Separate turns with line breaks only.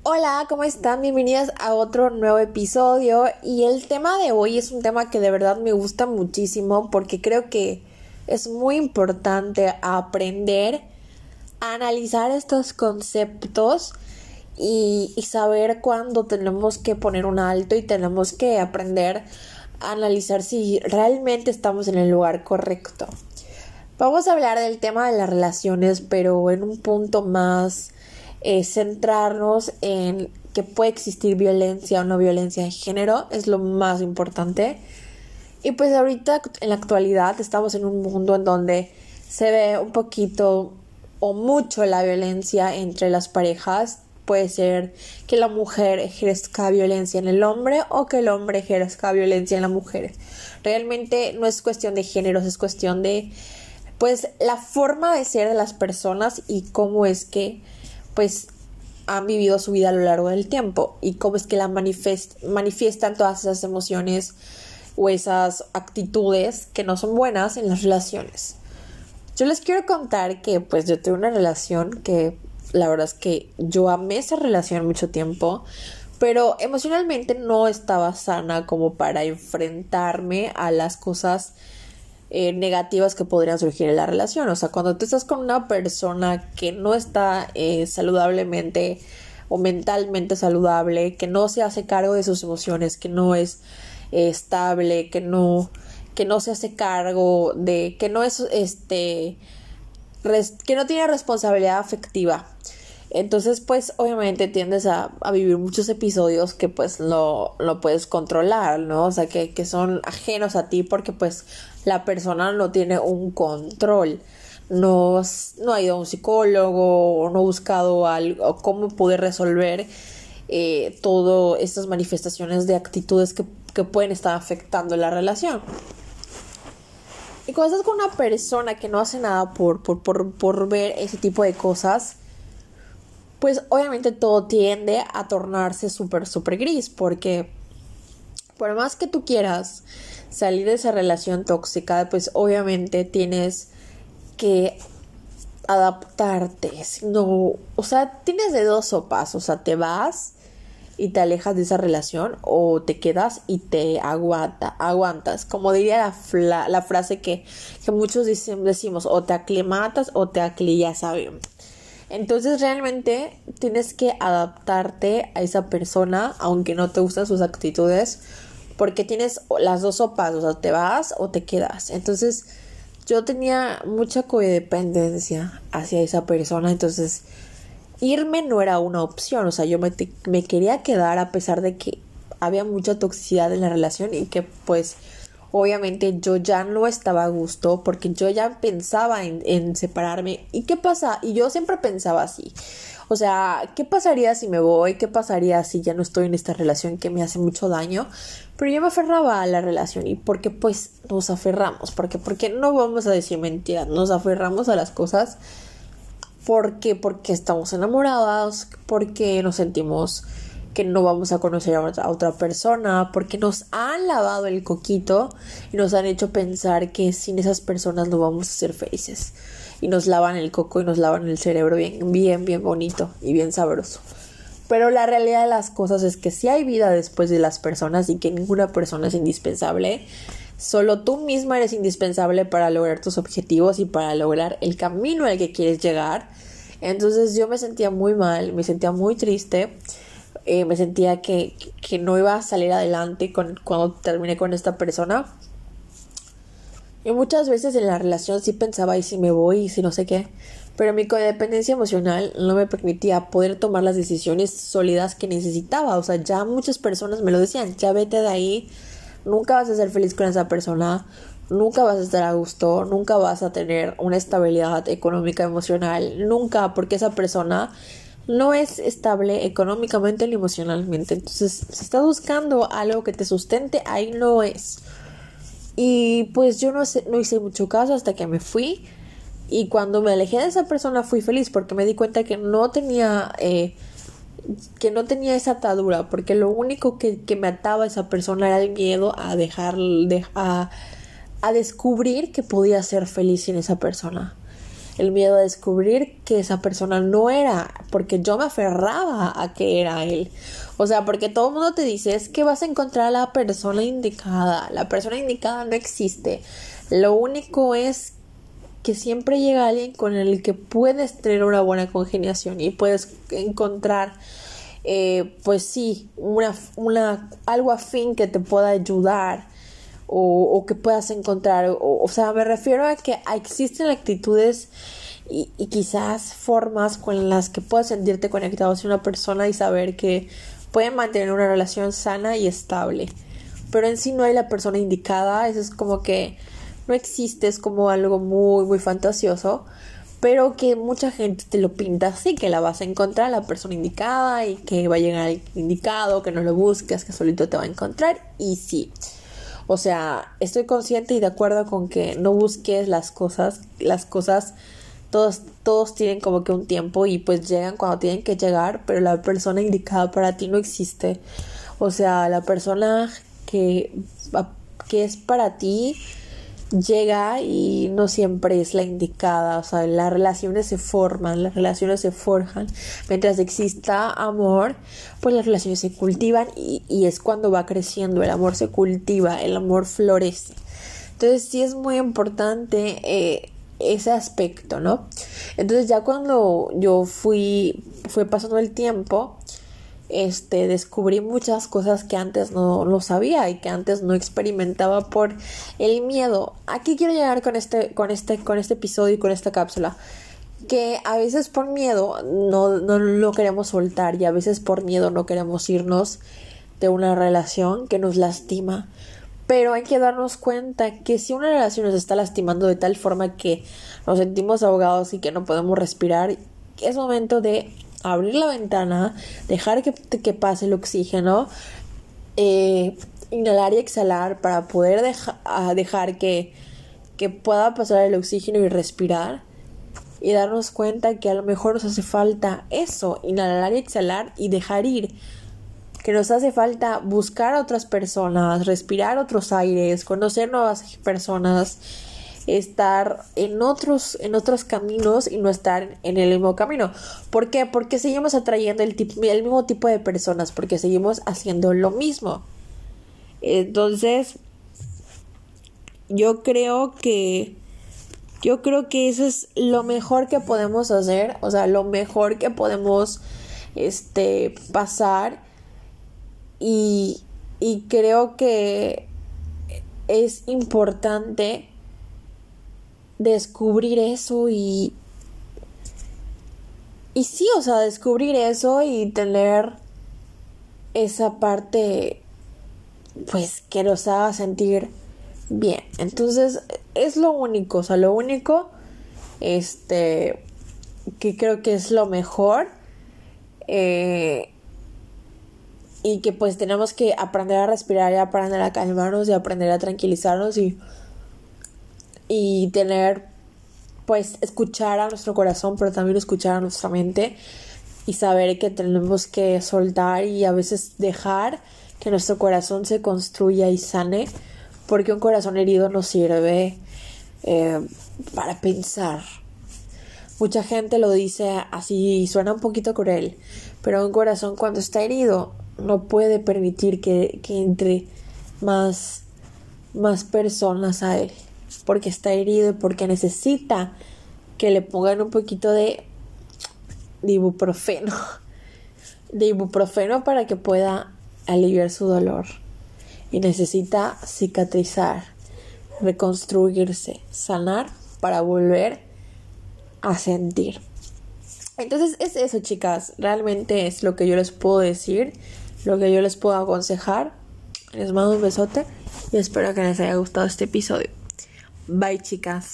Hola, ¿cómo están? Bienvenidas a otro nuevo episodio y el tema de hoy es un tema que de verdad me gusta muchísimo porque creo que es muy importante aprender a analizar estos conceptos y saber cuándo tenemos que poner un alto y tenemos que aprender a analizar si realmente estamos en el lugar correcto. Vamos a hablar del tema de las relaciones, pero en un punto más centrarnos en que puede existir violencia o no violencia de género, es lo más importante. Y pues ahorita en la actualidad estamos en un mundo en donde se ve un poquito o mucho la violencia entre las parejas. Puede ser que la mujer ejerza violencia en el hombre o que el hombre ejerza violencia en la mujer. Realmente no es cuestión de géneros, es cuestión de pues la forma de ser de las personas y cómo es que pues han vivido su vida a lo largo del tiempo y cómo es que la manifiestan todas esas emociones o esas actitudes que no son buenas en las relaciones. Yo les quiero contar que pues yo tuve una relación que la verdad es que yo amé esa relación mucho tiempo, pero emocionalmente no estaba sana como para enfrentarme a las cosas negativas que podrían surgir en la relación. O sea, cuando tú estás con una persona que no está saludablemente o mentalmente saludable, que no se hace cargo de sus emociones, que no es estable, que no se hace cargo de, que no es que no tiene responsabilidad afectiva. Entonces pues obviamente tiendes a vivir muchos episodios que pues no puedes controlar, ¿no? O sea que son ajenos a ti porque pues la persona no tiene un control, no ha ido a un psicólogo o no ha buscado algo, cómo poder resolver todas estas manifestaciones de actitudes que pueden estar afectando la relación. Y cuando estás con una persona que no hace nada por ver ese tipo de cosas, pues obviamente todo tiende a tornarse súper gris, porque por más que tú quieras salir de esa relación tóxica, pues obviamente tienes que adaptarte. O sea, tienes de dos sopas, o sea, te vas y te alejas de esa relación o te quedas y te aguantas. Como diría la frase que muchos decimos, o te aclimatas o ya saben. Entonces realmente tienes que adaptarte a esa persona aunque no te gustan sus actitudes, porque tienes las dos sopas, o sea, te vas o te quedas. Entonces yo tenía mucha codependencia hacia esa persona, entonces irme no era una opción. O sea, yo me quería quedar a pesar de que había mucha toxicidad en la relación y que pues obviamente yo ya no estaba a gusto porque yo ya pensaba en separarme. ¿Y qué pasa? Y yo siempre pensaba así. O sea, ¿qué pasaría si me voy? ¿Qué pasaría si ya no estoy en esta relación que me hace mucho daño? Pero yo me aferraba a la relación. ¿Y por qué pues nos aferramos? Porque no vamos a decir mentiras. Nos aferramos a las cosas porque estamos enamorados, porque nos sentimos que no vamos a conocer a otra persona, porque nos han lavado el coquito y nos han hecho pensar que sin esas personas no vamos a ser felices. Y nos lavan el coco y nos lavan el cerebro bien bonito y bien sabroso. Pero la realidad de las cosas es que sí hay vida después de las personas y que ninguna persona es indispensable. Solo tú misma eres indispensable para lograr tus objetivos y para lograr el camino al que quieres llegar. Entonces yo me sentía muy mal, me sentía muy triste. Me sentía que no iba a salir adelante cuando terminé con esta persona. Y muchas veces en la relación sí pensaba, ¿y si me voy? ¿Y si no sé qué? Pero mi codependencia emocional no me permitía poder tomar las decisiones sólidas que necesitaba. O sea, ya muchas personas me lo decían, ya vete de ahí, nunca vas a ser feliz con esa persona, nunca vas a estar a gusto, nunca vas a tener una estabilidad económica, emocional, nunca, porque esa persona no es estable económicamente ni emocionalmente. Entonces, si estás buscando algo que te sustente, ahí no es. Y pues yo no hice mucho caso hasta que me fui. Y cuando me alejé de esa persona fui feliz porque me di cuenta que no tenía esa atadura. Porque lo único que me ataba a esa persona era el miedo a a descubrir que podía ser feliz sin esa persona. el miedo a descubrir que esa persona no era, porque yo me aferraba a que era él. O sea, porque todo el mundo te dice, es que vas a encontrar a la persona indicada no existe. Lo único es que siempre llega alguien con el que puedes tener una buena congeniación y puedes encontrar pues sí, algo afín que te pueda ayudar o que puedas encontrar. O sea, me refiero a que existen actitudes y quizás formas con las que puedas sentirte conectado hacia una persona y saber que pueden mantener una relación sana y estable. Pero en sí no hay la persona indicada, eso es como que no existe, es como algo muy, muy fantasioso. Pero que mucha gente te lo pinta así, que la vas a encontrar la persona indicada y que va a llegar el indicado, que no lo busques, que solito te va a encontrar. Y sí, o sea, estoy consciente y de acuerdo con que no busques las cosas todos tienen como que un tiempo y pues llegan cuando tienen que llegar, pero la persona indicada para ti no existe. O sea, la persona que es para ti llega y no siempre es la indicada. O sea, las relaciones se forman, las relaciones se forjan. Mientras exista amor, pues las relaciones se cultivan y es cuando va creciendo. El amor se cultiva, el amor florece. Entonces sí es muy importante ese aspecto, ¿no? Entonces ya cuando yo fue pasando el tiempo, descubrí muchas cosas que antes no sabía y que antes no experimentaba por el miedo. ¿A qué quiero llegar con este episodio y con esta cápsula? Que a veces por miedo no lo queremos soltar y a veces por miedo no queremos irnos de una relación que nos lastima. Pero hay que darnos cuenta que si una relación nos está lastimando de tal forma que nos sentimos ahogados y que no podemos respirar, es momento de abrir la ventana, dejar que pase el oxígeno, inhalar y exhalar para poder dejar que pueda pasar el oxígeno y respirar, y darnos cuenta que a lo mejor nos hace falta eso, inhalar y exhalar y dejar ir, que nos hace falta buscar a otras personas, respirar otros aires, conocer nuevas personas, estar en otros caminos y no estar en el mismo camino. ¿Por qué? Porque seguimos atrayendo el mismo tipo de personas, porque seguimos haciendo lo mismo. Entonces, yo creo que eso es lo mejor que podemos hacer, o sea, lo mejor que podemos pasar, y creo que es importante descubrir eso y sí, o sea, descubrir eso y tener esa parte pues que nos haga sentir bien. Entonces es lo único, o sea, lo único que creo que es lo mejor, y que pues tenemos que aprender a respirar y aprender a calmarnos y aprender a tranquilizarnos y tener, pues, escuchar a nuestro corazón, pero también escuchar a nuestra mente y saber que tenemos que soltar y a veces dejar que nuestro corazón se construya y sane, porque un corazón herido nos sirve para pensar. Mucha gente lo dice así, suena un poquito cruel, pero un corazón cuando está herido no puede permitir que entre más personas a él, porque está herido y porque necesita que le pongan un poquito de ibuprofeno para que pueda aliviar su dolor, y necesita cicatrizar, reconstruirse, sanar para volver a sentir. Entonces es eso, chicas, realmente es lo que yo les puedo decir, lo que yo les puedo aconsejar. Les mando un besote y espero que les haya gustado este episodio. Bye, chicas.